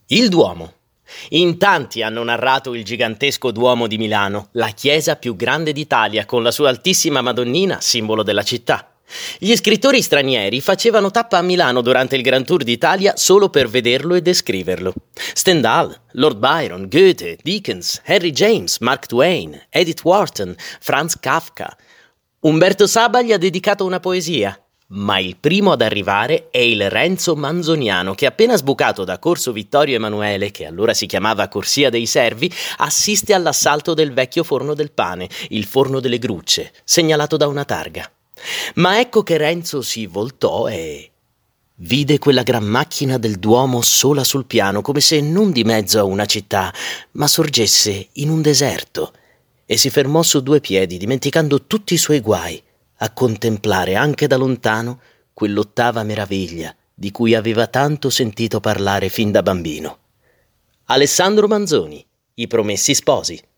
Il Duomo. In tanti hanno narrato il gigantesco Duomo di Milano, la chiesa più grande d'Italia, con la sua altissima Madonnina, simbolo della città. Gli scrittori stranieri facevano tappa a Milano durante il Grand Tour d'Italia solo per vederlo e descriverlo. Stendhal, Lord Byron, Goethe, Dickens, Henry James, Mark Twain, Edith Wharton, Franz Kafka. Umberto Saba gli ha dedicato una poesia. Ma il primo ad arrivare è il Renzo Manzoniano, che appena sbucato da Corso Vittorio Emanuele, che allora si chiamava Corsia dei Servi, assiste all'assalto del vecchio forno del pane, il forno delle grucce, segnalato da una targa. Ma ecco che Renzo si voltò e vide quella gran macchina del Duomo sola sul piano, come se non di mezzo a una città, ma sorgesse in un deserto, e si fermò su due piedi, dimenticando tutti i suoi guai, a contemplare anche da lontano quell'ottava meraviglia di cui aveva tanto sentito parlare fin da bambino. Alessandro Manzoni, I Promessi Sposi.